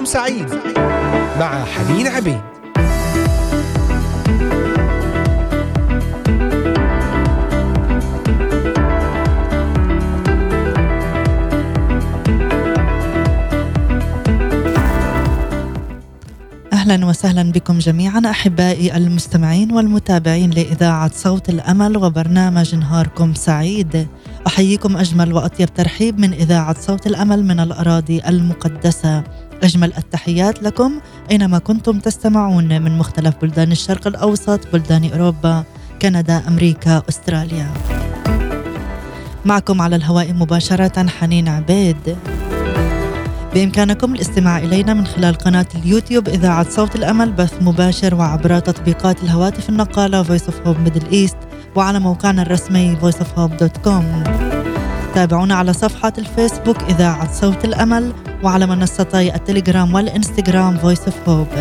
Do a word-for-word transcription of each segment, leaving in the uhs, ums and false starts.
نهاركم سعيد مع حنين عبيد. أهلا وسهلا بكم جميعا أحبائي المستمعين والمتابعين لإذاعة صوت الأمل وبرنامج نهاركم سعيد. أحييكم أجمل وأطيب ترحيب من إذاعة صوت الأمل من الأراضي المقدسة. أجمل التحيات لكم أينما كنتم تستمعون من مختلف بلدان الشرق الأوسط، بلدان أوروبا، كندا، أمريكا، أستراليا. معكم على الهواء مباشرة حنين عبيد. بإمكانكم الاستماع إلينا من خلال قناة اليوتيوب إذاعة صوت الأمل بث مباشر، وعبر تطبيقات الهواتف النقالة Voice of Hope Middle East، وعلى موقعنا الرسمي voice of hope دوت كوم. تابعونا على صفحة الفيسبوك إذاعة صوت الأمل، وعلى منصتي التليجرام والإنستغرام Voice of Hope.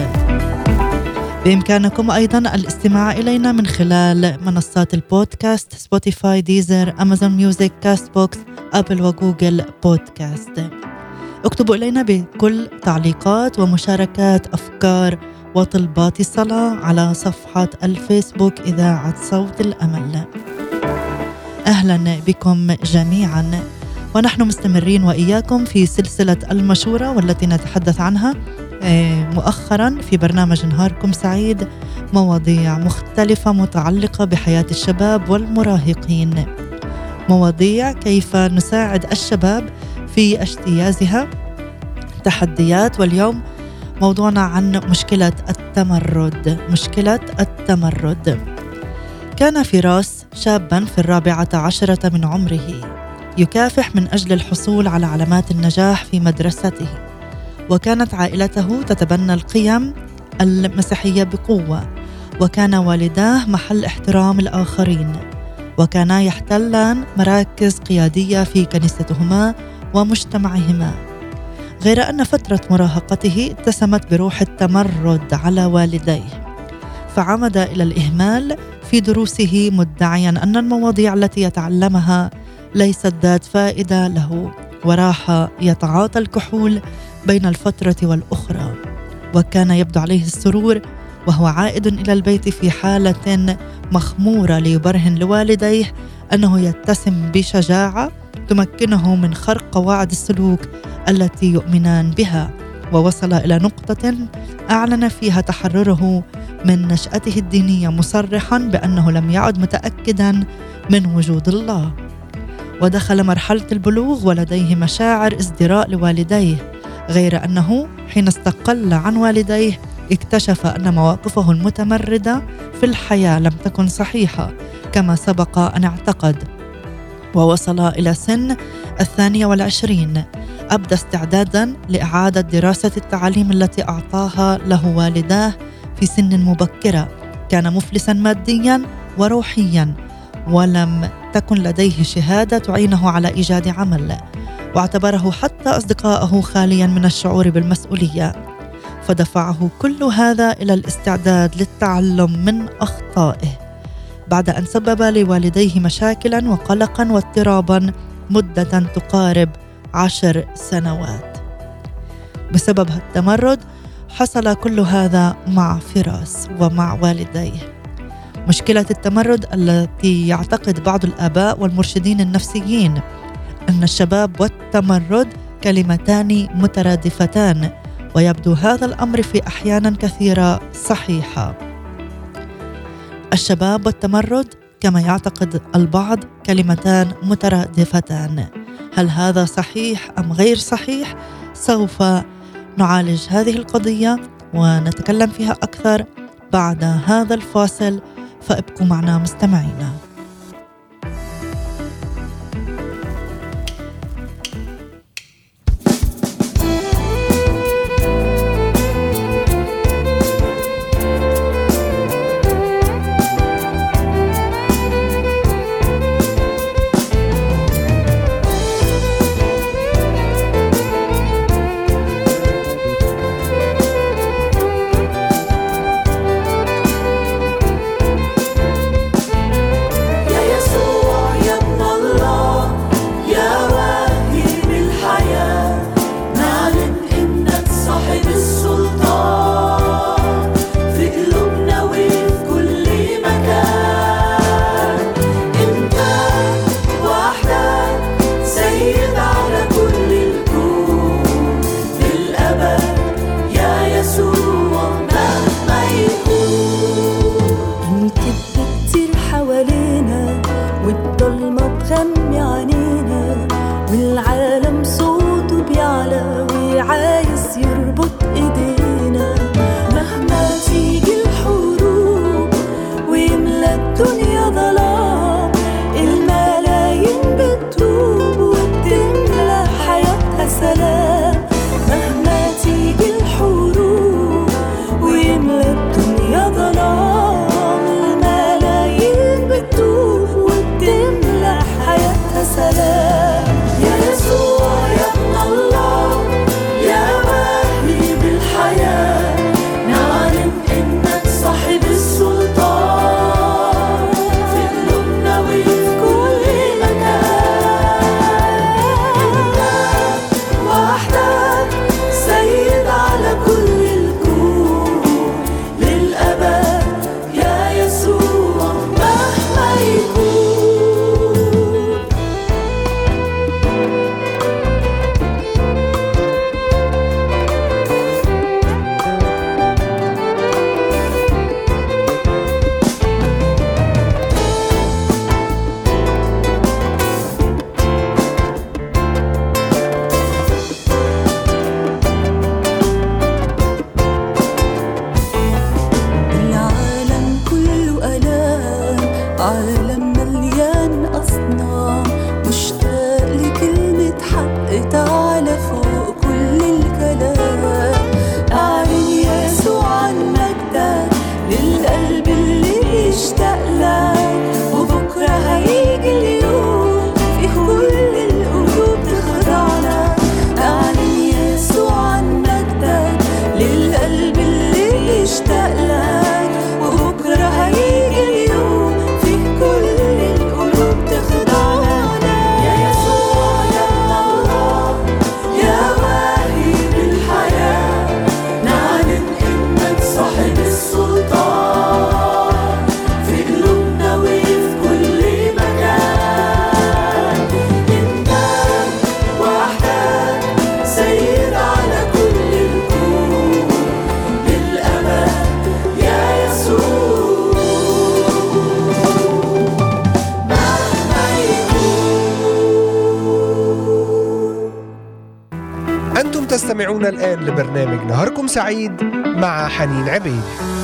بإمكانكم أيضا الاستماع إلينا من خلال منصات البودكاست سبوتيفاي، ديزر، أمازون ميوزك، كاست بوكس، أبل وجوجل بودكاست. اكتبوا إلينا بكل تعليقات ومشاركات أفكار وطلبات الصلاة على صفحة الفيسبوك إذاعة صوت الأمل. أهلا بكم جميعا، ونحن مستمرين وإياكم في سلسلة المشورة والتي نتحدث عنها مؤخرا في برنامج نهاركم سعيد، مواضيع مختلفة متعلقة بحياة الشباب والمراهقين، مواضيع كيف نساعد الشباب في اجتيازها تحديات. واليوم موضوعنا عن مشكلة التمرد. مشكلة التمرد. كان فراس شابا في الرابعة عشرة من عمره يكافح من أجل الحصول على علامات النجاح في مدرسته، وكانت عائلته تتبنى القيم المسيحية بقوة، وكان والداه محل احترام الآخرين، وكانا يحتلان مراكز قيادية في كنيستهما ومجتمعهما. غير أن فترة مراهقته اتسمت بروح التمرد على والديه، فعمد إلى الإهمال في دروسه مدعيا أن المواضيع التي يتعلمها ليست ذات فائدة له، وراح يتعاطى الكحول بين الفترة والأخرى. وكان يبدو عليه السرور وهو عائد إلى البيت في حالة مخمورة ليبرهن لوالديه أنه يتسم بشجاعة تمكنه من خرق قواعد السلوك التي يؤمنان بها. ووصل إلى نقطة أعلن فيها تحرره من نشأته الدينية، مصرحا بأنه لم يعد متأكدا من وجود الله. ودخل مرحلة البلوغ ولديه مشاعر ازدراء لوالديه، غير أنه حين استقل عن والديه اكتشف أن مواقفه المتمردة في الحياة لم تكن صحيحة كما سبق أن اعتقد. ووصل إلى سن الثانية والعشرين أبدى استعدادا لإعادة دراسة التعليم التي أعطاها له والداه في سن مبكرة. كان مفلسا ماديا وروحيا، ولم تكن لديه شهادة تعينه على إيجاد عمل، واعتبره حتى أصدقائه خاليا من الشعور بالمسؤولية. فدفعه كل هذا إلى الاستعداد للتعلم من أخطائه، بعد أن سبب لوالديه مشاكلا وقلقا واضطرابا مدة تقارب عشر سنوات. بسبب التمرد حصل كل هذا مع فراس ومع والديه. مشكلة التمرد التي يعتقد بعض الآباء والمرشدين النفسيين أن الشباب والتمرد كلمتان مترادفتان، ويبدو هذا الأمر في أحيان كثيرة صحيحة. الشباب والتمرد كما يعتقد البعض كلمتان مترادفتان. هل هذا صحيح أم غير صحيح؟ سوف نعالج هذه القضية ونتكلم فيها أكثر بعد هذا الفاصل، فابقوا معنا مستمعينا. تستمعون الآن لبرنامج نهاركم سعيد مع حنين عبيد.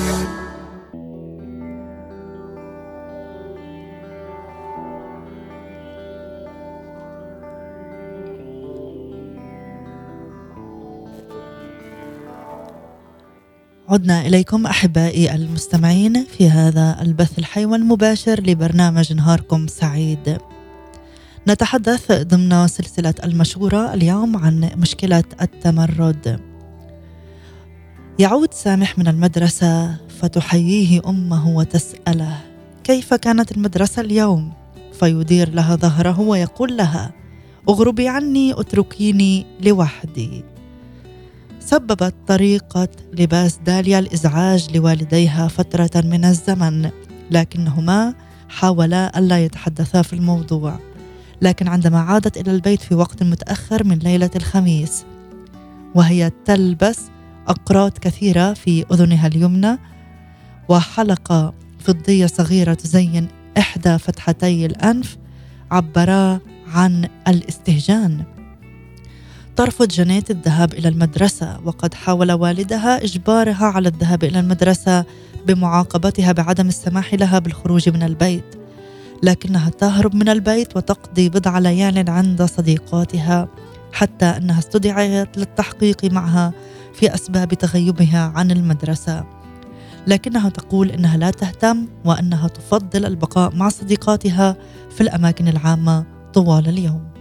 عدنا إليكم أحبائي المستمعين في هذا البث الحي والمباشر لبرنامج نهاركم سعيد. نتحدث ضمن سلسلة المشورة اليوم عن مشكلة التمرد. يعود سامح من المدرسة فتحييه أمه وتسأله كيف كانت المدرسة اليوم، فيدير لها ظهره ويقول لها اغربي عني اتركيني لوحدي. سببت طريقة لباس داليا الإزعاج لوالديها فترة من الزمن، لكنهما حاولا ألا يتحدثا في الموضوع. لكن عندما عادت إلى البيت في وقت متأخر من ليلة الخميس وهي تلبس أقراط كثيرة في أذنها اليمنى وحلقة فضية صغيرة تزين إحدى فتحتي الأنف، عبرا عن الاستهجان. ترفض جانيت الذهاب إلى المدرسة، وقد حاول والدها إجبارها على الذهاب إلى المدرسة بمعاقبتها بعدم السماح لها بالخروج من البيت، لكنها تهرب من البيت وتقضي بضع ليال عند صديقاتها، حتى أنها استدعيت للتحقيق معها في أسباب تغيبها عن المدرسة، لكنها تقول إنها لا تهتم وأنها تفضل البقاء مع صديقاتها في الأماكن العامة طوال اليوم.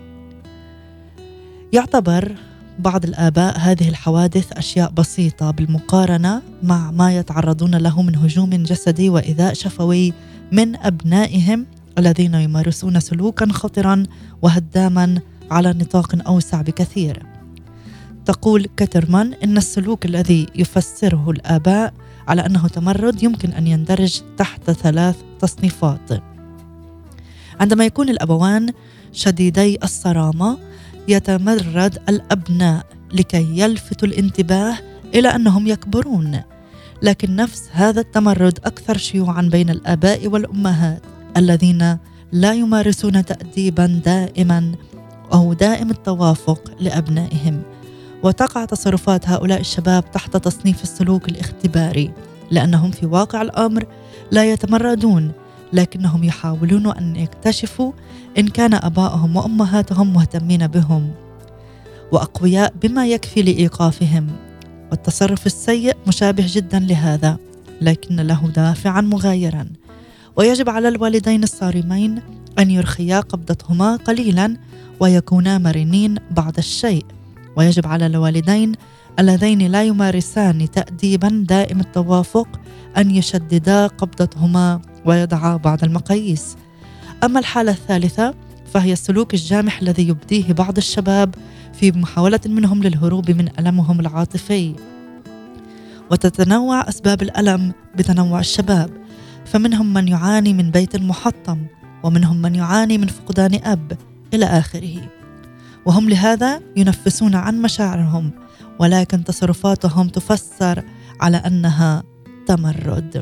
يعتبر بعض الآباء هذه الحوادث أشياء بسيطة بالمقارنة مع ما يتعرضون له من هجوم جسدي وإيذاء شفوي من أبنائهم الذين يمارسون سلوكا خطرا وهداما على نطاق أوسع بكثير. تقول كترمان إن السلوك الذي يفسره الآباء على أنه تمرد يمكن أن يندرج تحت ثلاث تصنيفات. عندما يكون الأبوان شديدي الصرامة يتمرد الأبناء لكي يلفتوا الانتباه إلى أنهم يكبرون، لكن نفس هذا التمرد أكثر شيوعا بين الآباء والأمهات الذين لا يمارسون تأديبا دائما أو دائم التوافق لأبنائهم. وتقع تصرفات هؤلاء الشباب تحت تصنيف السلوك الاختباري، لأنهم في واقع الأمر لا يتمردون، لكنهم يحاولون أن يكتشفوا إن كان آبائهم وأمهاتهم مهتمين بهم وأقوياء بما يكفي لإيقافهم. والتصرف السيء مشابه جدا لهذا، لكن له دافعا مغايرا، ويجب على الوالدين الصارمين أن يرخيا قبضتهما قليلا ويكونا مرنين بعض الشيء. ويجب على الوالدين اللذين لا يمارسان تأديبا دائم التوافق أن يشددا قبضتهما ويضعا بعض المقاييس. أما الحالة الثالثة فهي السلوك الجامح الذي يبديه بعض الشباب في محاولة منهم للهروب من ألمهم العاطفي. وتتنوع أسباب الألم بتنوع الشباب، فمنهم من يعاني من بيت محطم، ومنهم من يعاني من فقدان أب إلى آخره. وهم لهذا ينفسون عن مشاعرهم، ولكن تصرفاتهم تفسر على أنها تمرد.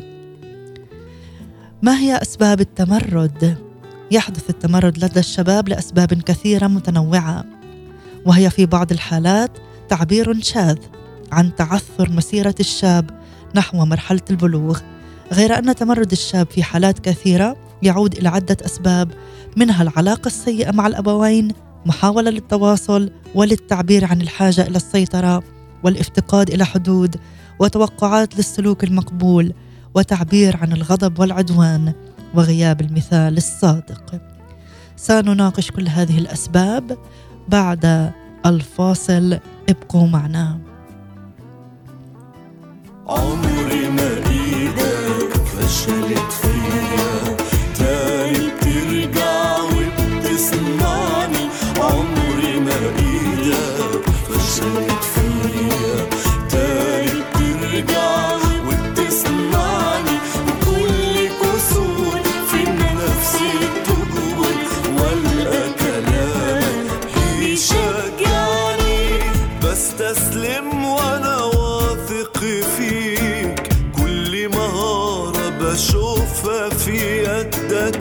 ما هي أسباب التمرد؟ يحدث التمرد لدى الشباب لأسباب كثيرة متنوعة، وهي في بعض الحالات تعبير شاذ عن تعثر مسيرة الشاب نحو مرحلة البلوغ، غير أن تمرد الشاب في حالات كثيرة يعود إلى عدة أسباب، منها العلاقة السيئة مع الأبوين، محاولة للتواصل وللتعبير عن الحاجة إلى السيطرة والافتقاد إلى حدود، وتوقعات للسلوك المقبول، وتعبير عن الغضب والعدوان، وغياب المثال الصادق. سنناقش كل هذه الأسباب بعد الفاصل، ابقوا معنا. عمري ما ايدك فشلت فيا، تاني بترجع وبتسمعني. عمري ما ايدك فشلت فيا، تاني بترجع وبتسمعني. وكل كسور في نفسي تقول والقى كلامك يشجعني، بستسلم وانا واثق فيك. كل مهارة بشوفها في يدك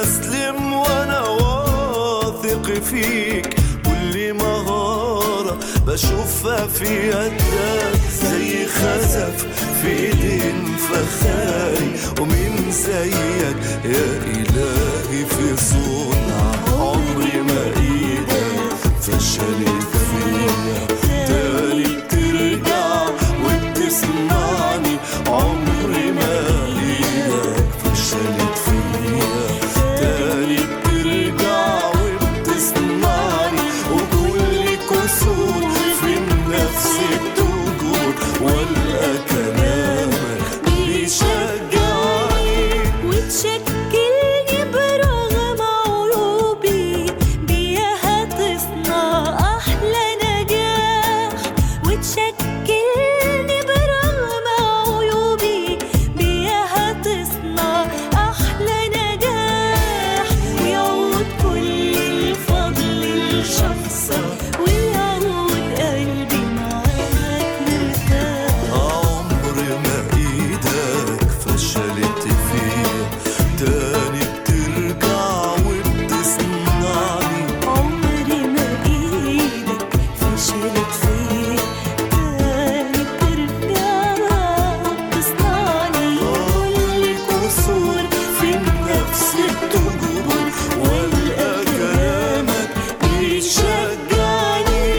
بستسلم وانا واثق فيك. كل مهارة بشوفها في يدك زي خزف في ايدين فخاري، ومين زيك يا إلهي في صنع. عمري ما ايدك فشلت فيا، تاني بترجع وبتسمعني. عمري ما ايدك فشلت فيا، تاني بترجع وبتسمعني. وكل كسور في النفس بتوجد، والقى كلامك بيشجعني وتشكلني برغم عيوبي، بيها تصنع أحلى نجاح. وتشكلني برغم عيوبي، بيها تصنع أحلى نجاح. ويعود كل الفضل لشخصك، ويعود قلبي معاك مرتاح. عمري ما ايدك فشلت فيا، تاني بترجع وبتصنعني. عمري ما ايدك فشلت فيا، تاني بترجع وبتصنعني. كل كسور في النفس بتجبر، والقى كلامك بيشجعني.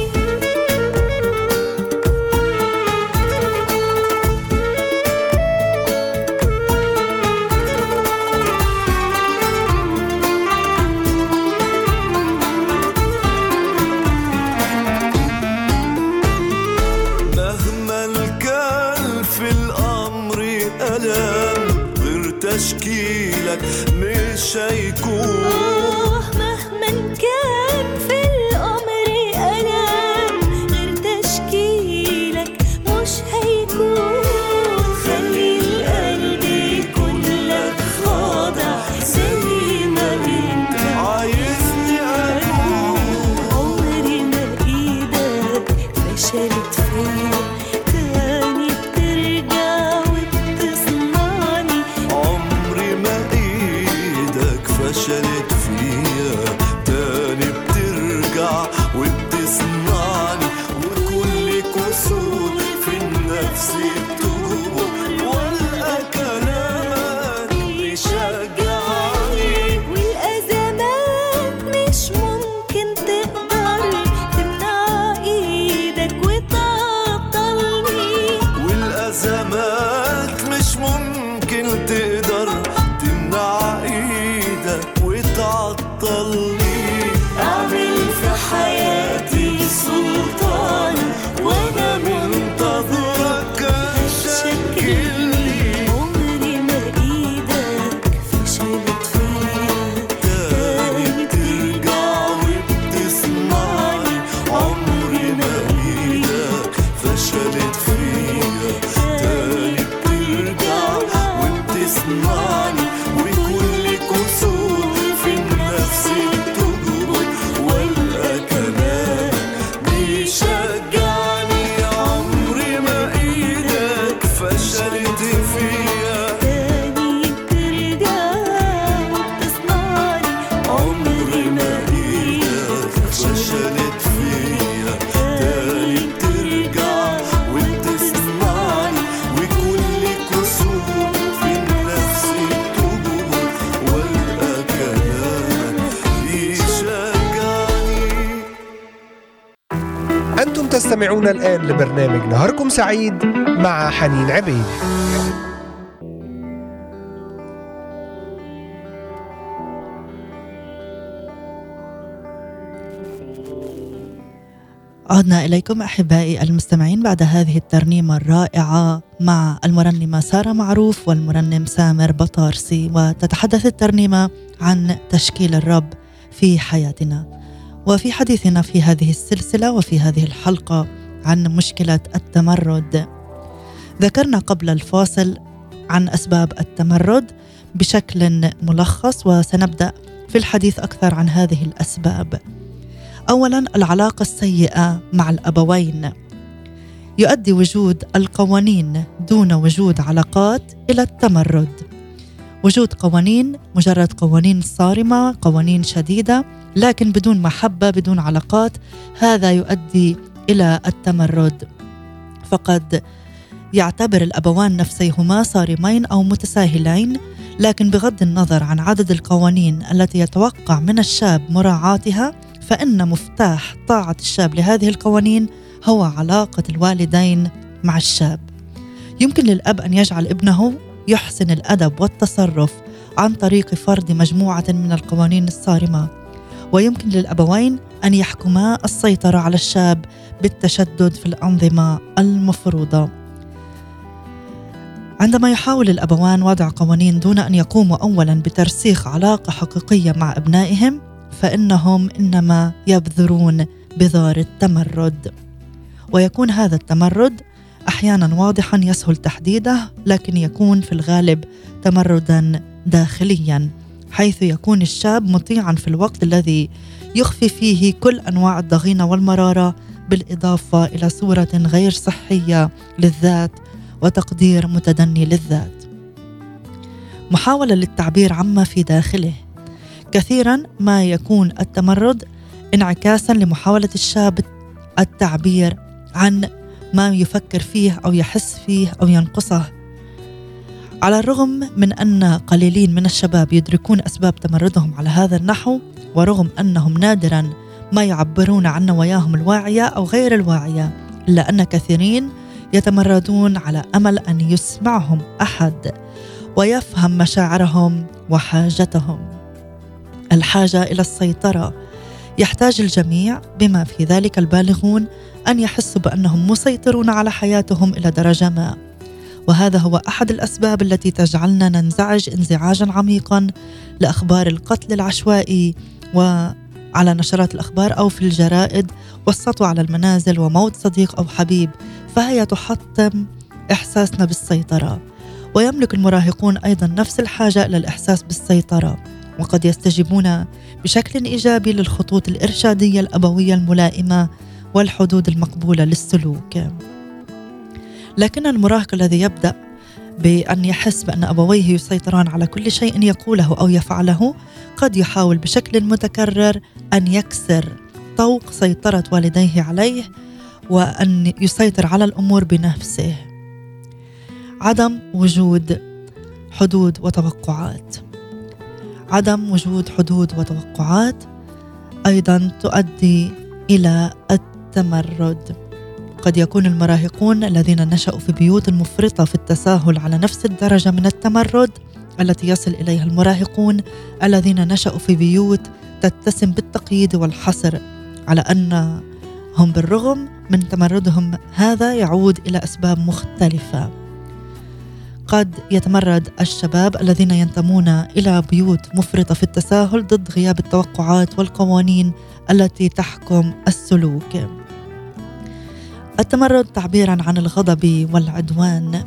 مهما كان في الأمر ألم، غير تشكيلك مش هيكون. آه مهما كان في الأمر ألم، غير تشكيلك مش هيكون. خلي القلب يكون لك خاضع زي ما انت عايزني أكون. عمري ما ايدك فشلت فيا، تاني بترجع وبتصنعني. عمري ما ايدك فشلت فيا، تاني بترجع وبتصنعني. وكل كسور في النفس بتجبر، والقى كلامك بيشجعني. والأزمات مش ممكن تقدر تمنع ايدك وتعطلني. والأزمات مش ممكن تقدر تمنع ايدك وتعطلني. أعمل في حياتي سلطان، وأنا منتظرك تشكلني. عمري ما إيدك فشلت فيا، تاني بترجع وبتسمعني. عمري ما ايدك فشلت فيا، تاني بترجع وبتسمعني. وكل كسور في النفس بتجبر، والقى كلامك بيشجعني. عمري ما ايدك فشلت فيا، تاني بترجع وبتصنعني. عمري ما ايدك فشلت فيا، تاني بترجع وبتسمعني. وكل كسور في النفس بتجبر، والقى كلامك بيشجعني. أنتم تستمعون الآن لبرنامج نهاركم سعيد مع حنين عبيد. عدنا إليكم أحبائي المستمعين بعد هذه الترنيمة الرائعة مع المرنمة سارة معروف والمرنم سامر بطارسي. وتتحدث الترنيمة عن تشكيل الرب في حياتنا. وفي حديثنا في هذه السلسلة وفي هذه الحلقة عن مشكلة التمرد، ذكرنا قبل الفاصل عن أسباب التمرد بشكل ملخص، وسنبدأ في الحديث أكثر عن هذه الأسباب. أولاً، العلاقة السيئة مع الأبوين. يؤدي وجود القوانين دون وجود علاقات إلى التمرد. وجود قوانين، مجرد قوانين صارمة، قوانين شديدة، لكن بدون محبة، بدون علاقات، هذا يؤدي إلى التمرد، فقد يعتبر الأبوان نفسيهما صارمين أو متساهلين، لكن بغض النظر عن عدد القوانين التي يتوقع من الشاب مراعاتها، فإن مفتاح طاعة الشاب لهذه القوانين هو علاقة الوالدين مع الشاب. يمكن للأب أن يجعل ابنه يحسن الأدب والتصرف عن طريق فرض مجموعة من القوانين الصارمة، ويمكن للأبوين أن يحكما السيطرة على الشاب بالتشدد في الأنظمة المفروضة. عندما يحاول الأبوان وضع قوانين دون أن يقوموا أولاً بترسيخ علاقة حقيقية مع أبنائهم، فإنهم إنما يبذرون بذار التمرد، ويكون هذا التمرد أحياناً واضحاً يسهل تحديده، لكن يكون في الغالب تمرداً داخلياً، حيث يكون الشاب مطيعاً في الوقت الذي يخفي فيه كل أنواع الضغينة والمرارة، بالإضافة إلى صورة غير صحية للذات وتقدير متدني للذات. محاولة للتعبير عما في داخله. كثيراً ما يكون التمرد انعكاساً لمحاولة الشاب التعبير عن ما يفكر فيه أو يحس فيه أو ينقصه. على الرغم من أن قليلين من الشباب يدركون أسباب تمردهم على هذا النحو، ورغم أنهم نادراً ما يعبرون عن نواياهم الواعية أو غير الواعية، إلا أن كثيرين يتمردون على أمل أن يسمعهم أحد ويفهم مشاعرهم وحاجتهم. الحاجة إلى السيطرة. يحتاج الجميع بما في ذلك البالغون أن يحسوا بأنهم مسيطرون على حياتهم إلى درجة ما، وهذا هو أحد الأسباب التي تجعلنا ننزعج انزعاجا عميقا لأخبار القتل العشوائي وعلى نشرات الأخبار أو في الجرائد، والسطو على المنازل وموت صديق أو حبيب، فهي تحطم إحساسنا بالسيطرة. ويملك المراهقون أيضا نفس الحاجة إلى الإحساس بالسيطرة، وقد يستجيبون بشكل إيجابي للخطوط الإرشادية الأبوية الملائمة والحدود المقبولة للسلوك. لكن المراهق الذي يبدأ بأن يحس بأن أبويه يسيطران على كل شيء يقوله أو يفعله، قد يحاول بشكل متكرر أن يكسر طوق سيطرة والديه عليه وأن يسيطر على الأمور بنفسه. عدم وجود حدود وتوقعات. عدم وجود حدود وتوقعات أيضا تؤدي إلى التمرد. قد يكون المراهقون الذين نشأوا في بيوت مفرطة في التساهل على نفس الدرجة من التمرد التي يصل إليها المراهقون الذين نشأوا في بيوت تتسم بالتقييد والحصر، على أنهم بالرغم من تمردهم هذا يعود إلى أسباب مختلفة. قد يتمرد الشباب الذين ينتمون إلى بيوت مفرطة في التساهل ضد غياب التوقعات والقوانين التي تحكم السلوك. التمرد تعبيراً عن الغضب والعدوان.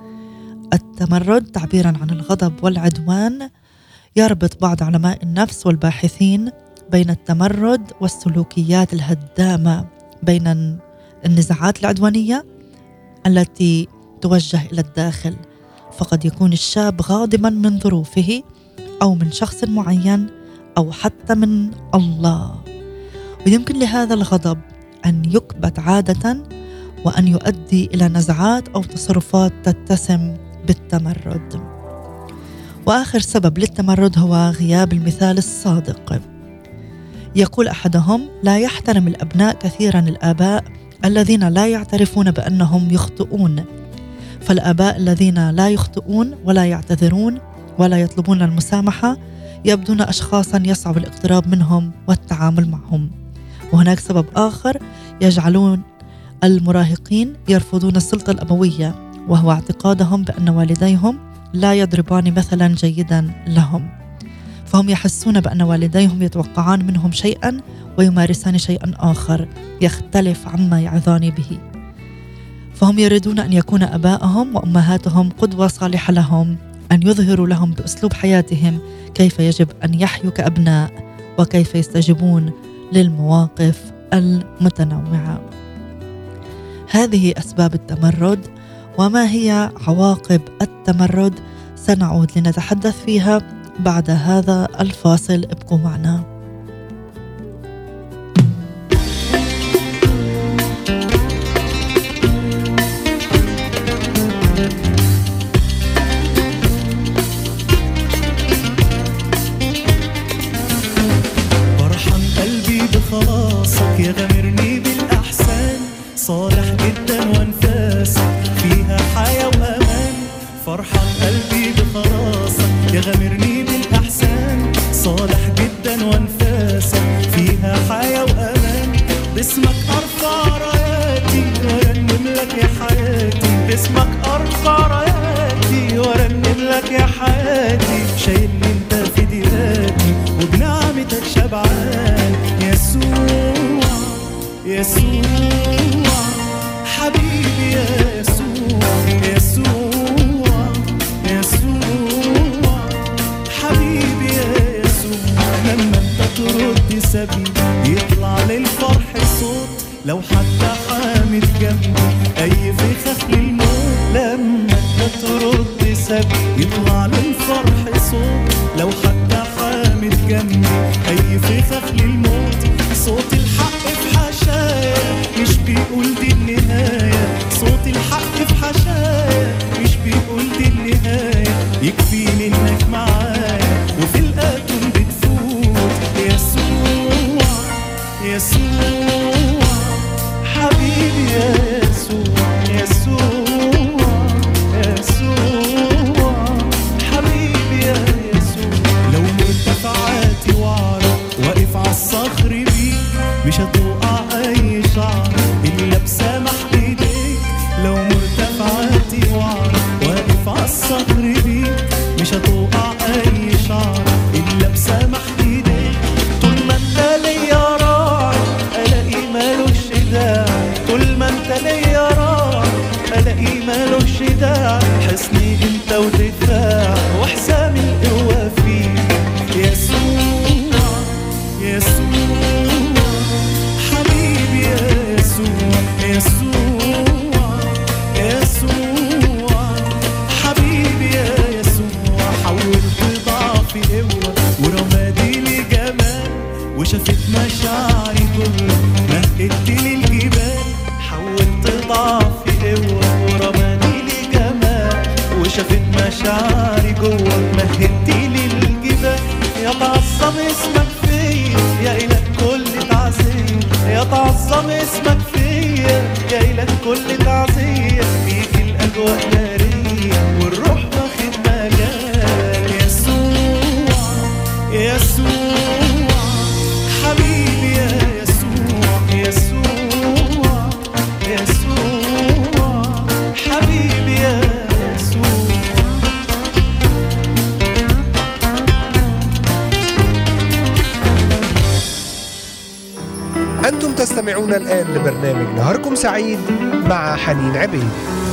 التمرد تعبيراً عن الغضب والعدوان. يربط بعض علماء النفس والباحثين بين التمرد والسلوكيات الهدامة، بين النزاعات العدوانية التي توجه إلى الداخل. فقد يكون الشاب غاضباً من ظروفه أو من شخص معين أو حتى من الله، ويمكن لهذا الغضب أن يكبت عادة وأن يؤدي إلى نزعات أو تصرفات تتسم بالتمرد. وآخر سبب للتمرد هو غياب المثال الصادق. يقول أحدهم: لا يحترم الأبناء كثيرا الآباء الذين لا يعترفون بأنهم يخطئون، فالآباء الذين لا يخطئون ولا يعتذرون ولا يطلبون المسامحة يبدون أشخاصا يصعب الاقتراب منهم والتعامل معهم. وهناك سبب آخر يجعلون المراهقين يرفضون السلطة الأبوية، وهو اعتقادهم بأن والديهم لا يضربان مثلا جيدا لهم، فهم يحسون بأن والديهم يتوقعان منهم شيئا ويمارسان شيئا آخر يختلف عما يعظان به، فهم يريدون أن يكون أبائهم وأمهاتهم قدوة صالحة لهم، أن يظهروا لهم بأسلوب حياتهم كيف يجب أن يحيوا كأبناء وكيف يستجيبون للمواقف المتنوعة. هذه أسباب التمرد، وما هي عواقب التمرد سنعود لنتحدث فيها بعد هذا الفاصل. ابقوا معنا. بخلاصك يا غامرني بالأحسان صالح جدا وانفاسك فيها حياة وأمان فرحان قلبي بخلاصك يا غامرني بالأحسان صالح جدا وانفاسك فيها حياة وأمان باسمك أرفع راياتي وأرنم لك يا حياتي باسمك أرفع راياتي وأرنم لك يا حياتي شايلني انت في ديراتي وبنعمتك شبعان يسوع يسوع حبيبي يا يسوع يسوع يسوع حبيبي يا يسوع لما انت ترد سبيل يطلع للفرح صوت لو حتى حامد جنبي اي فخاخ للموت لما انت ترد سبيل يطلع للفرح صوت لو حتى حامد جنبي اي فخاخ للموت صوت الحق في حشايا مش بيقول دي النهاية صوت الحق في حشايا مش بيقول دي النهاية يكفيني انك معايا وفي الآتون بتفوت يسوع يسوع حبيبي يا يسوع يسوع يسوع حبيبي يا يسوع لو مرتفعاتي وعرق واقف عالصخر بيك مش هتوقع اي شعر الا بسمح ايديك لو مرتفعاتي وعرق واقف عالصخر بيك مش هتوقع اي شعر الا بسمح ايديك طول ما انت ليا راعي الاقي مالوش داعي طول ما انت ليا راعي الاقي مالوش داعي حصني انت ودفاع وحسام القوة فيك يسوع يسوع حبيبي يا يسوع يسوع يسوع حبيبي يا يسوع حولت ضعفي قوة ورمادي لي جمال وشافت مشاعري كله مهدت لي الجبال حولت ضعفي قوة ورمادي لي جمال وشافت مشاعري جوه مهدت لي الجبال يتعظم اسمك فيا يا إله كل تعزية يتعظم اسمك فيا يا إله كل تعزية فيك الأجواء نارية والروح واخد مجال يسوع يسوع حبيبي يا يسوع يسوع يسوع حبيبي يا يسوع أنتم تستمعون الآن لبرنامج نهاركم سعيد مع حنين عبيد.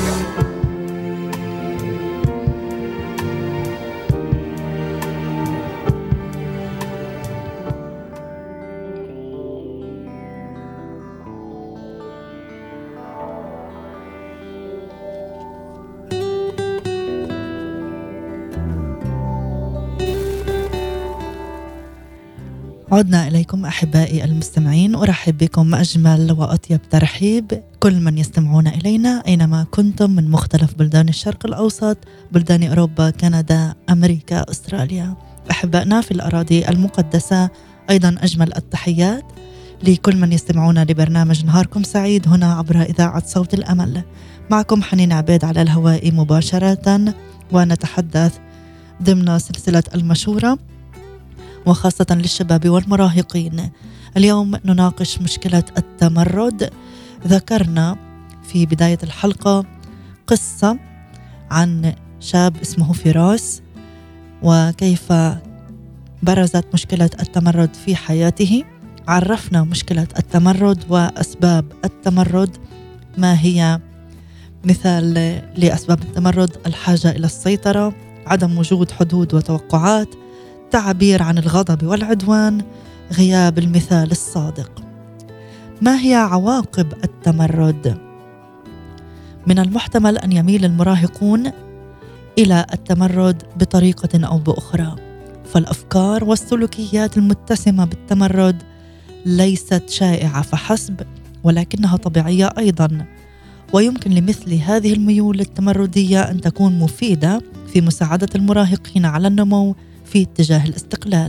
عدنا إليكم أحبائي المستمعين، أرحب بكم أجمل وأطيب ترحيب كل من يستمعون إلينا أينما كنتم من مختلف بلدان الشرق الأوسط، بلدان أوروبا، كندا، أمريكا، أستراليا. أحبائنا في الأراضي المقدسة أيضا أجمل التحيات لكل من يستمعون لبرنامج نهاركم سعيد هنا عبر إذاعة صوت الأمل. معكم حنين عبيد على الهواء مباشرة، ونتحدث ضمن سلسلة المشورة وخاصة للشباب والمراهقين. اليوم نناقش مشكلة التمرد. ذكرنا في بداية الحلقة قصة عن شاب اسمه فراس وكيف برزت مشكلة التمرد في حياته. عرفنا مشكلة التمرد وأسباب التمرد، ما هي مثال لأسباب التمرد: الحاجة إلى السيطرة، عدم وجود حدود وتوقعات، تعبير عن الغضب والعدوان، غياب المثال الصادق. ما هي عواقب التمرد؟ من المحتمل أن يميل المراهقون إلى التمرد بطريقة أو بأخرى، فالأفكار والسلوكيات المتسمة بالتمرد ليست شائعة فحسب، ولكنها طبيعية أيضا، ويمكن لمثل هذه الميول التمردية أن تكون مفيدة في مساعدة المراهقين على النمو في اتجاه الاستقلال.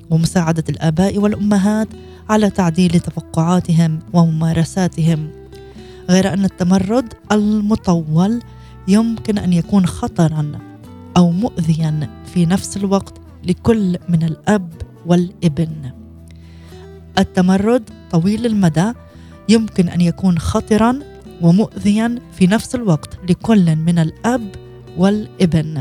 ومساعدة الآباء والأمهات على تعديل توقعاتهم وممارساتهم. غير أن التمرد المطول يمكن أن يكون خطراً أو مؤذياً في نفس الوقت لكل من الأب والابن. التمرد طويل المدى يمكن أن يكون خطراً ومؤذياً في نفس الوقت لكل من الأب والابن.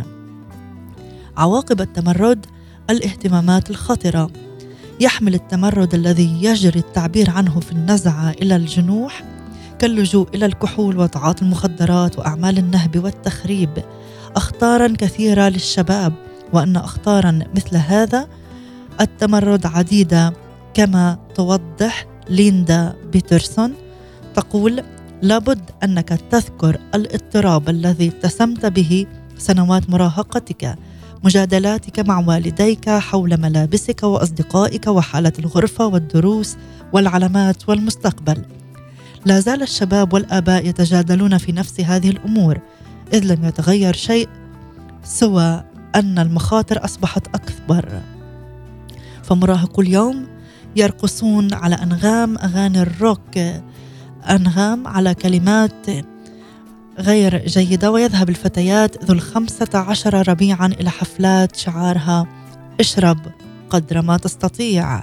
عواقب التمرد: الاهتمامات الخطرة. يحمل التمرد الذي يجري التعبير عنه في النزعة إلى الجنوح كاللجوء إلى الكحول وتعاطي المخدرات وأعمال النهب والتخريب أخطاراً كثيرة للشباب، وأن أخطاراً مثل هذا التمرد عديدة، كما توضح ليندا بيترسون. تقول: لابد أنك تذكر الاضطراب الذي اتسمت به سنوات مراهقتك، مجادلاتك مع والديك حول ملابسك وأصدقائك وحالة الغرفة والدروس والعلامات والمستقبل. لا زال الشباب والآباء يتجادلون في نفس هذه الأمور، إذ لم يتغير شيء سوى أن المخاطر أصبحت أكبر. فمراهقو اليوم يرقصون على أنغام أغاني الروك، أنغام على كلمات غير جيدة، ويذهب الفتيات ذو الخمسة عشر ربيعا إلى حفلات شعارها اشرب قدر ما تستطيع.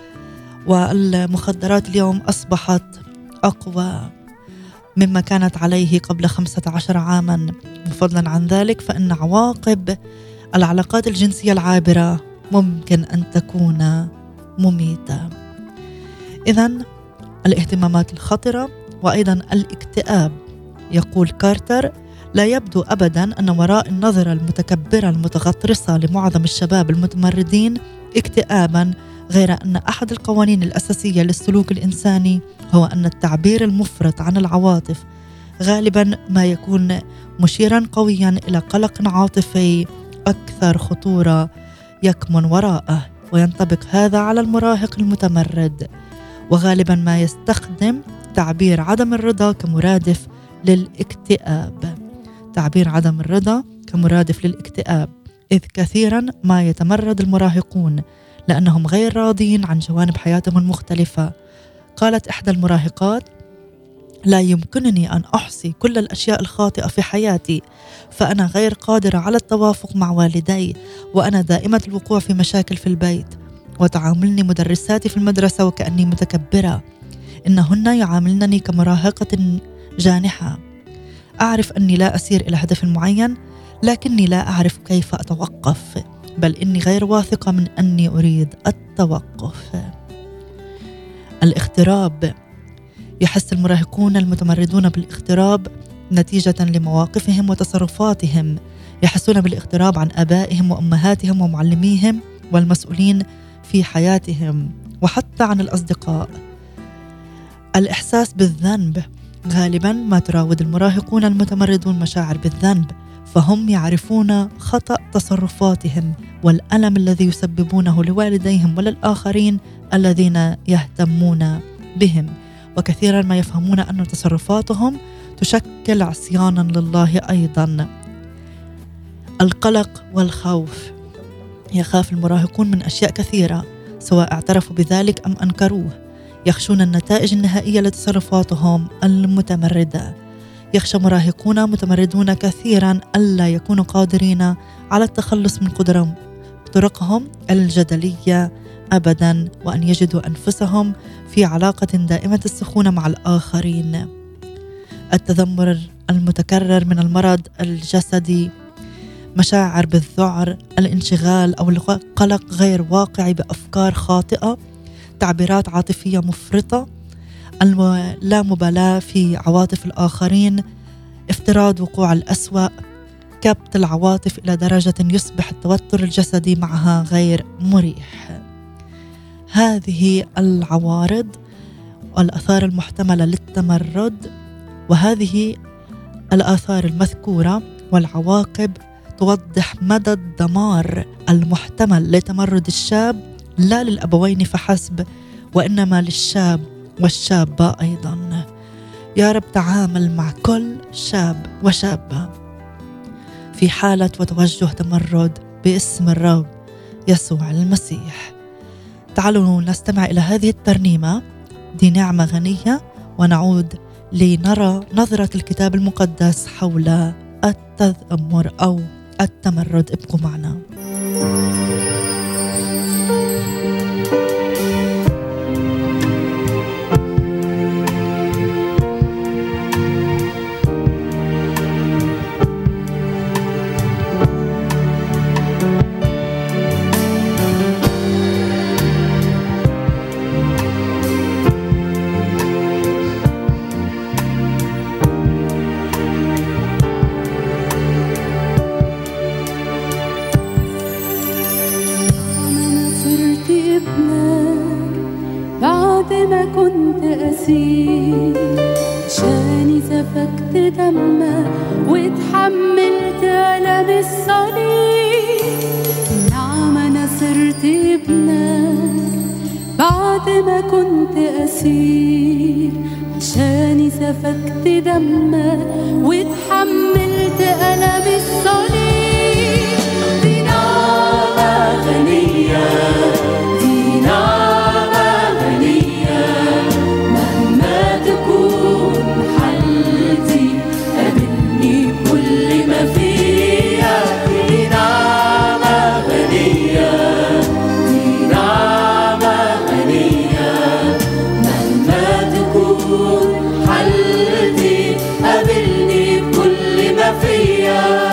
والمخدرات اليوم أصبحت أقوى مما كانت عليه قبل خمسة عشر عاما. وفضلا عن ذلك فإن عواقب العلاقات الجنسية العابرة ممكن أن تكون مميتة. إذن الاهتمامات الخطرة وأيضا الاكتئاب. يقول كارتر: لا يبدو أبدا أن وراء النظرة المتكبرة المتغطرسة لمعظم الشباب المتمردين اكتئابا، غير أن أحد القوانين الأساسية للسلوك الإنساني هو أن التعبير المفرط عن العواطف غالبا ما يكون مشيرا قويا إلى قلق عاطفي أكثر خطورة يكمن وراءه، وينطبق هذا على المراهق المتمرد، وغالبا ما يستخدم تعبير عدم الرضا كمرادف للاكتئاب. تعبير عدم الرضا كمرادف للاكتئاب، إذ كثيرا ما يتمرد المراهقون لأنهم غير راضين عن جوانب حياتهم المختلفة. قالت إحدى المراهقات: لا يمكنني أن أحصي كل الأشياء الخاطئة في حياتي، فأنا غير قادرة على التوافق مع والدي، وأنا دائمة الوقوع في مشاكل في البيت، وتعاملني مدرساتي في المدرسة وكأني متكبرة، إنهن يعاملنني كمراهقة جانحة. أعرف أني لا أسير إلى هدف معين، لكني لا أعرف كيف أتوقف، بل إني غير واثقة من أني أريد التوقف. الاغتراب. يحس المراهقون المتمردون بالاغتراب نتيجة لمواقفهم وتصرفاتهم. يحسون بالاغتراب عن آبائهم وأمهاتهم ومعلميهم والمسؤولين في حياتهم، وحتى عن الأصدقاء. الإحساس بالذنب. غالبا ما تراود المراهقون المتمردون مشاعر بالذنب، فهم يعرفون خطأ تصرفاتهم والألم الذي يسببونه لوالديهم وللآخرين الذين يهتمون بهم، وكثيرا ما يفهمون أن تصرفاتهم تشكل عصيانا لله أيضا. القلق والخوف. يخاف المراهقون من أشياء كثيرة سواء اعترفوا بذلك أم أنكروه. يخشون النتائج النهائية لتصرفاتهم المتمردة. يخشى مراهقون متمردون كثيرا ألا يكونوا قادرين على التخلص من قدرهم طرقهم الجدلية أبدا، وأن يجدوا أنفسهم في علاقة دائمة السخونة مع الآخرين. التذمر المتكرر من المرض الجسدي. مشاعر بالذعر، الانشغال أو القلق غير واقعي بأفكار خاطئة، تعبيرات عاطفية مفرطة، اللامبالاة في عواطف الآخرين، افتراض وقوع الأسوأ، كبت العواطف إلى درجة يصبح التوتر الجسدي معها غير مريح. هذه العوارض والآثار المحتملة للتمرد، وهذه الآثار المذكورة والعواقب توضح مدى الدمار المحتمل لتمرد الشاب، لا للأبوين فحسب وإنما للشاب والشابة أيضا. يا رب تعامل مع كل شاب وشابة في حالة وتوجه تمرد باسم الرب يسوع المسيح. تعالوا نستمع إلى هذه الترنيمة، دي نعمة غنية، ونعود لنرى نظرة الكتاب المقدس حول التذمر أو التمرد. ابقوا معنا. عشاني سفكت دمك واتحملت ألم الصليب. النعمة أنا صرت ابنك بعد ما كنت أسير، عشاني سفكت دمك واتحملت ألم الصليب. دي نعمة غنية، دي نعمة غنية، مهما تكون حالتي قابلني بكل ما فيها. دي نعمة غنية، دي نعمة غنية، مهما تكون حالتي قابلني بكل ما فيها.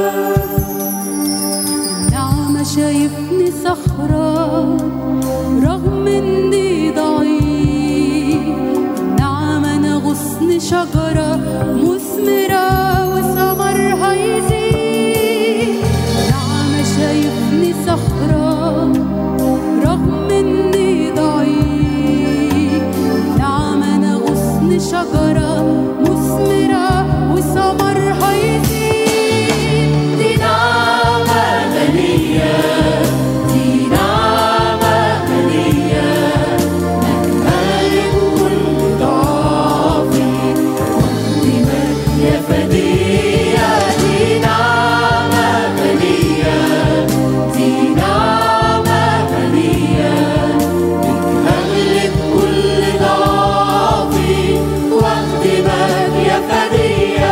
نعمة شايفني صخرة رغم اني ضعيف، نعمة انا غصن شجرة مثمرة وثمرها يزيد. نعمة شايفني صخرة رغم اني ضعيف، نعمة انا غصن شجرة مثمرة وثمرها يزيد. دي نعمة غنية، دي نعمة غنية، نكمل كل ضعفي واقدمك يا فدية. دي نعمة غنية، دي نعمة غنية، بك هغلب كل ضعفي واخدمك يا فدية.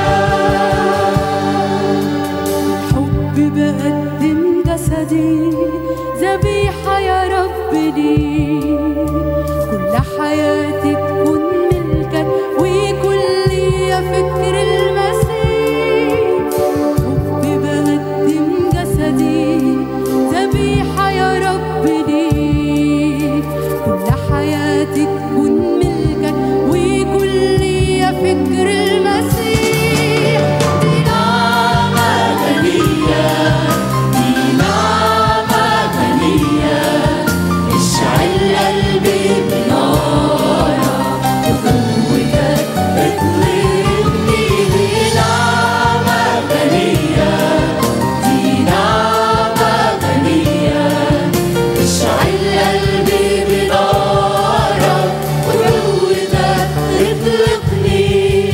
حب بقدم جسدي ذبيحة يا رب ليك، كل حياتي تكون ملكك وكل يا فكر المسيح. حب بقدم جسدي ذبيحة يا رب ليك، كل حياتي تكون ملكك وكل يا فكر المسيح. دي نعمة غنية، دي نعمة غنية، اشعل قلبي بنارك وقوتك اطلقني. دي نعمة غنية، دي نعمة غنية، اشعل قلبي بنارك وقوتك اطلقني.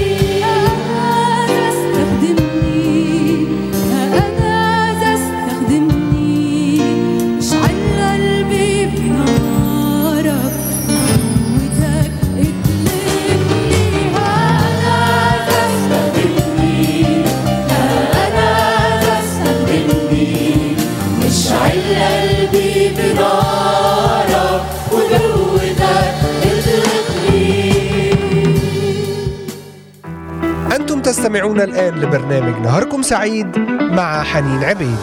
أنا استخدمني، أنا استخدمني، اشعل قلبي بنارك وقوتك اطلقني. أنا استخدمني، أنا استخدمني، اشعل قلبي بنارك وقوتك اطلقني. أنتم تستمعون الآن لبرنامج نهاركم سعيد مع حنين عبيد.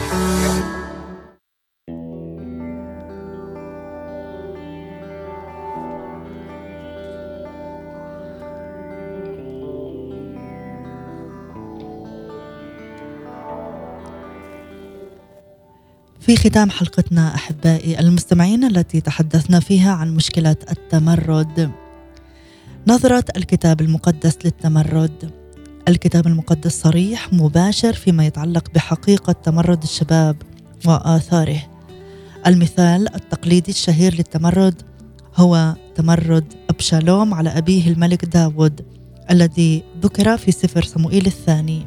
في ختام حلقتنا أحبائي المستمعين التي تحدثنا فيها عن مشكلة التمرد، نظرة الكتاب المقدس للتمرد. الكتاب المقدس صريح مباشر فيما يتعلق بحقيقة تمرد الشباب وآثاره. المثال التقليدي الشهير للتمرد هو تمرد أبشالوم على أبيه الملك داود الذي ذكر في سفر صموئيل الثاني.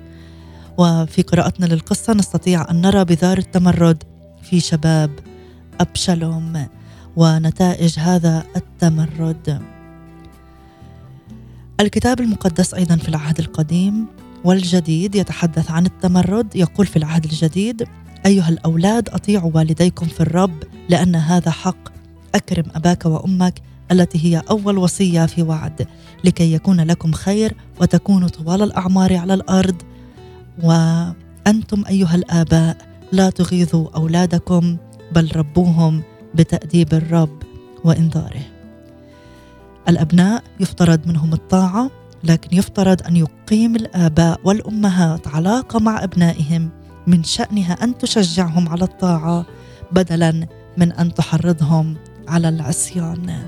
وفي قراءتنا للقصة نستطيع أن نرى بذار التمرد في شباب أبشالوم ونتائج هذا التمرد. الكتاب المقدس أيضا في العهد القديم والجديد يتحدث عن التمرد. يقول في العهد الجديد: أيها الأولاد أطيعوا والديكم في الرب لأن هذا حق، أكرم أباك وأمك التي هي أول وصية في وعد، لكي يكون لكم خير وتكونوا طوال الأعمار على الأرض. وأنتم أيها الآباء لا تغيظوا أولادكم بل ربوهم بتأديب الرب وإنذاره. الأبناء يفترض منهم الطاعة، لكن يفترض أن يقيم الآباء والأمهات علاقة مع أبنائهم من شأنها أن تشجعهم على الطاعة بدلاً من أن تحرضهم على العصيان.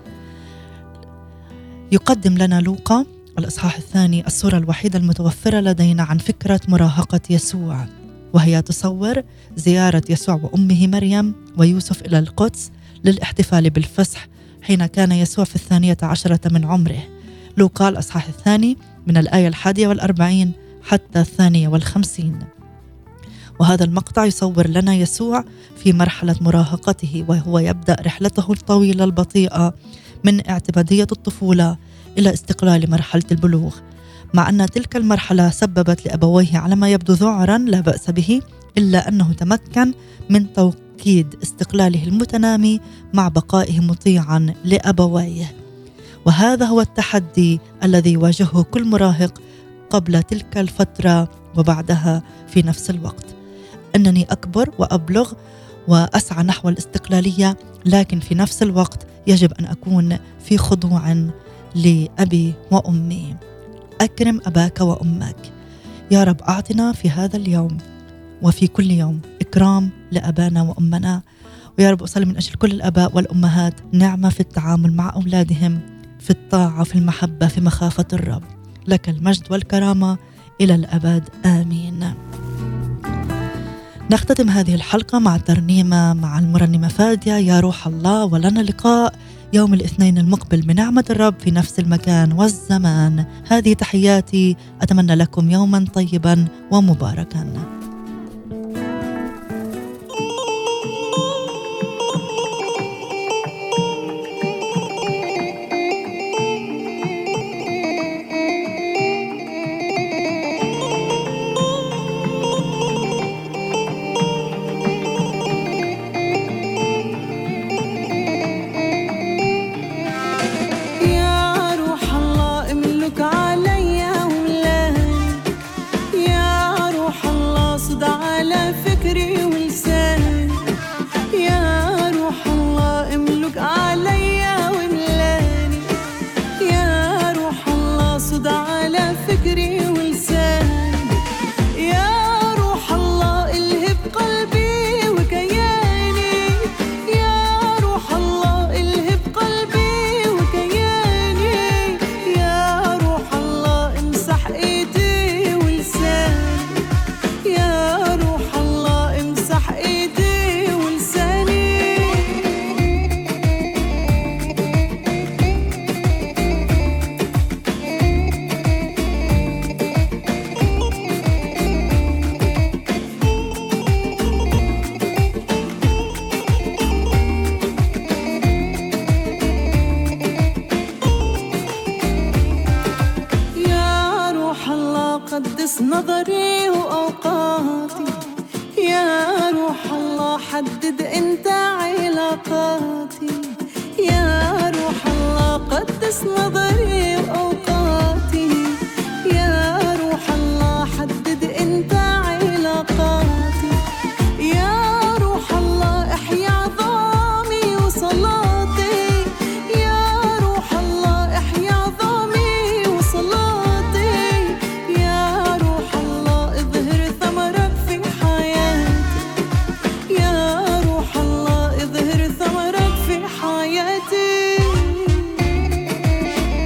يقدم لنا لوقا الإصحاح الثاني الصورة الوحيدة المتوفرة لدينا عن فكرة مراهقة يسوع، وهي تصور زيارة يسوع وأمه مريم ويوسف إلى القدس للاحتفال بالفصح حين كان يسوع في الثانية عشرة من عمره. لوقا الإصحاح الثاني من الآية الحادية والأربعين حتى الثانية والخمسين. وهذا المقطع يصور لنا يسوع في مرحلة مراهقته، وهو يبدأ رحلته الطويلة البطيئة من اعتمادية الطفولة إلى استقلال مرحلة البلوغ. مع أن تلك المرحلة سببت لأبويه على ما يبدو ذعرا لا بأس به، إلا أنه تمكن من توكيد استقلاله المتنامي مع بقائه مطيعا لأبويه. وهذا هو التحدي الذي يواجهه كل مراهق قبل تلك الفترة وبعدها في نفس الوقت، أنني أكبر وأبلغ وأسعى نحو الاستقلالية، لكن في نفس الوقت يجب أن أكون في خضوع لأبي وأمي. أكرم أباك وأمك. يا رب أعطنا في هذا اليوم وفي كل يوم إكرام لأبانا وأمنا. ويا رب أصلي من أجل كل الآباء والأمهات نعمة في التعامل مع أولادهم، في الطاعة، في المحبة، في مخافة الرب. لك المجد والكرامة إلى الأبد، آمين. نختتم هذه الحلقة مع ترنيمة مع المرنمة فادية، يا روح الله. ولنا لقاء يوم الاثنين المقبل بنعمة الرب في نفس المكان والزمان. هذه تحياتي، أتمنى لكم يوما طيبا ومباركا. قدس نظري وأوقاتي، يا روح الله حدد أنت علاقاتي، يا روح الله قدس نظري وأوقاتي، يا روح الله حدد أنت علاقاتي، يا روح الله احيا عظامي وصلاتي، يا روح الله احيا عظامي وصلاتي، يا روح الله اظهر ثمرك في حياتي، يا روح الله اظهر ثمرك في حياتي.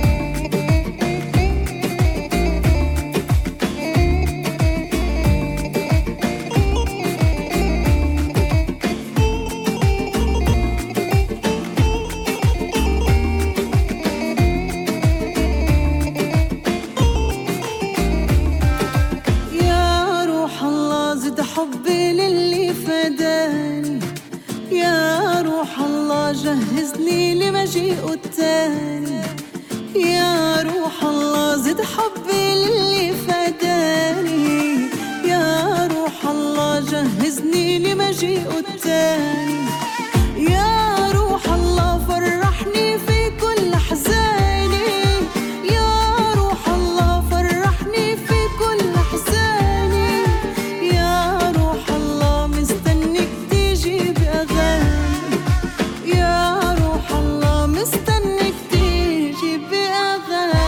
روح الله زد حبي للي فداني، يا روح الله جهزني لمجيء التاني، يا روح الله فرحني في كل أحزاني، يا روح الله فرحني في كل أحزاني، يا روح الله مستنيك تيجي بأغاني، يا روح الله مستنيك تيجي بأغاني.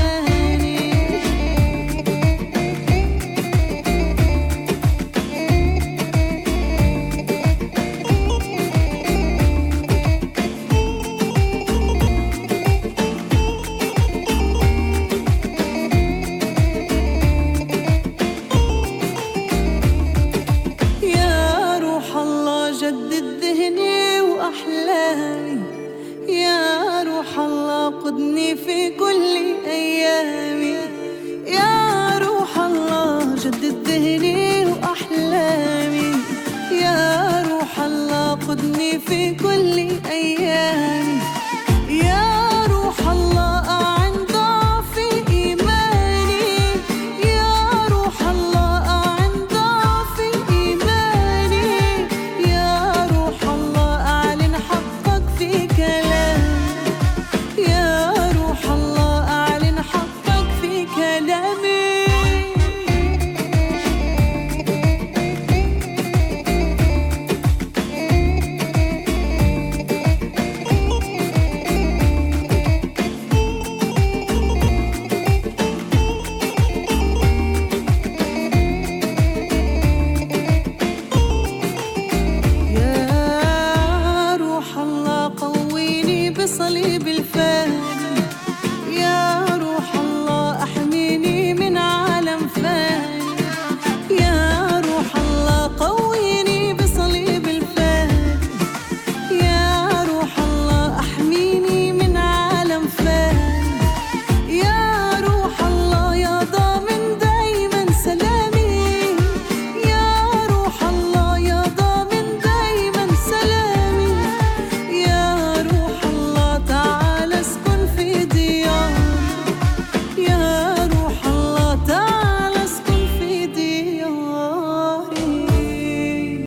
يا روح الله جدد ذهني وأحلامي، يا روح الله قدني في كل أيامي، يا روح الله جدد ذهني وأحلامي، يا روح الله قدني في كل أيامي، يا روح الله أعن ضعفي إيماني، يا روح الله أعن ضعفي إيماني، يا روح الله أعلن حقك في كلامي، يا روح الله أعلن حقك في كلامي. يا روح الله قويني بصليب الفاتح،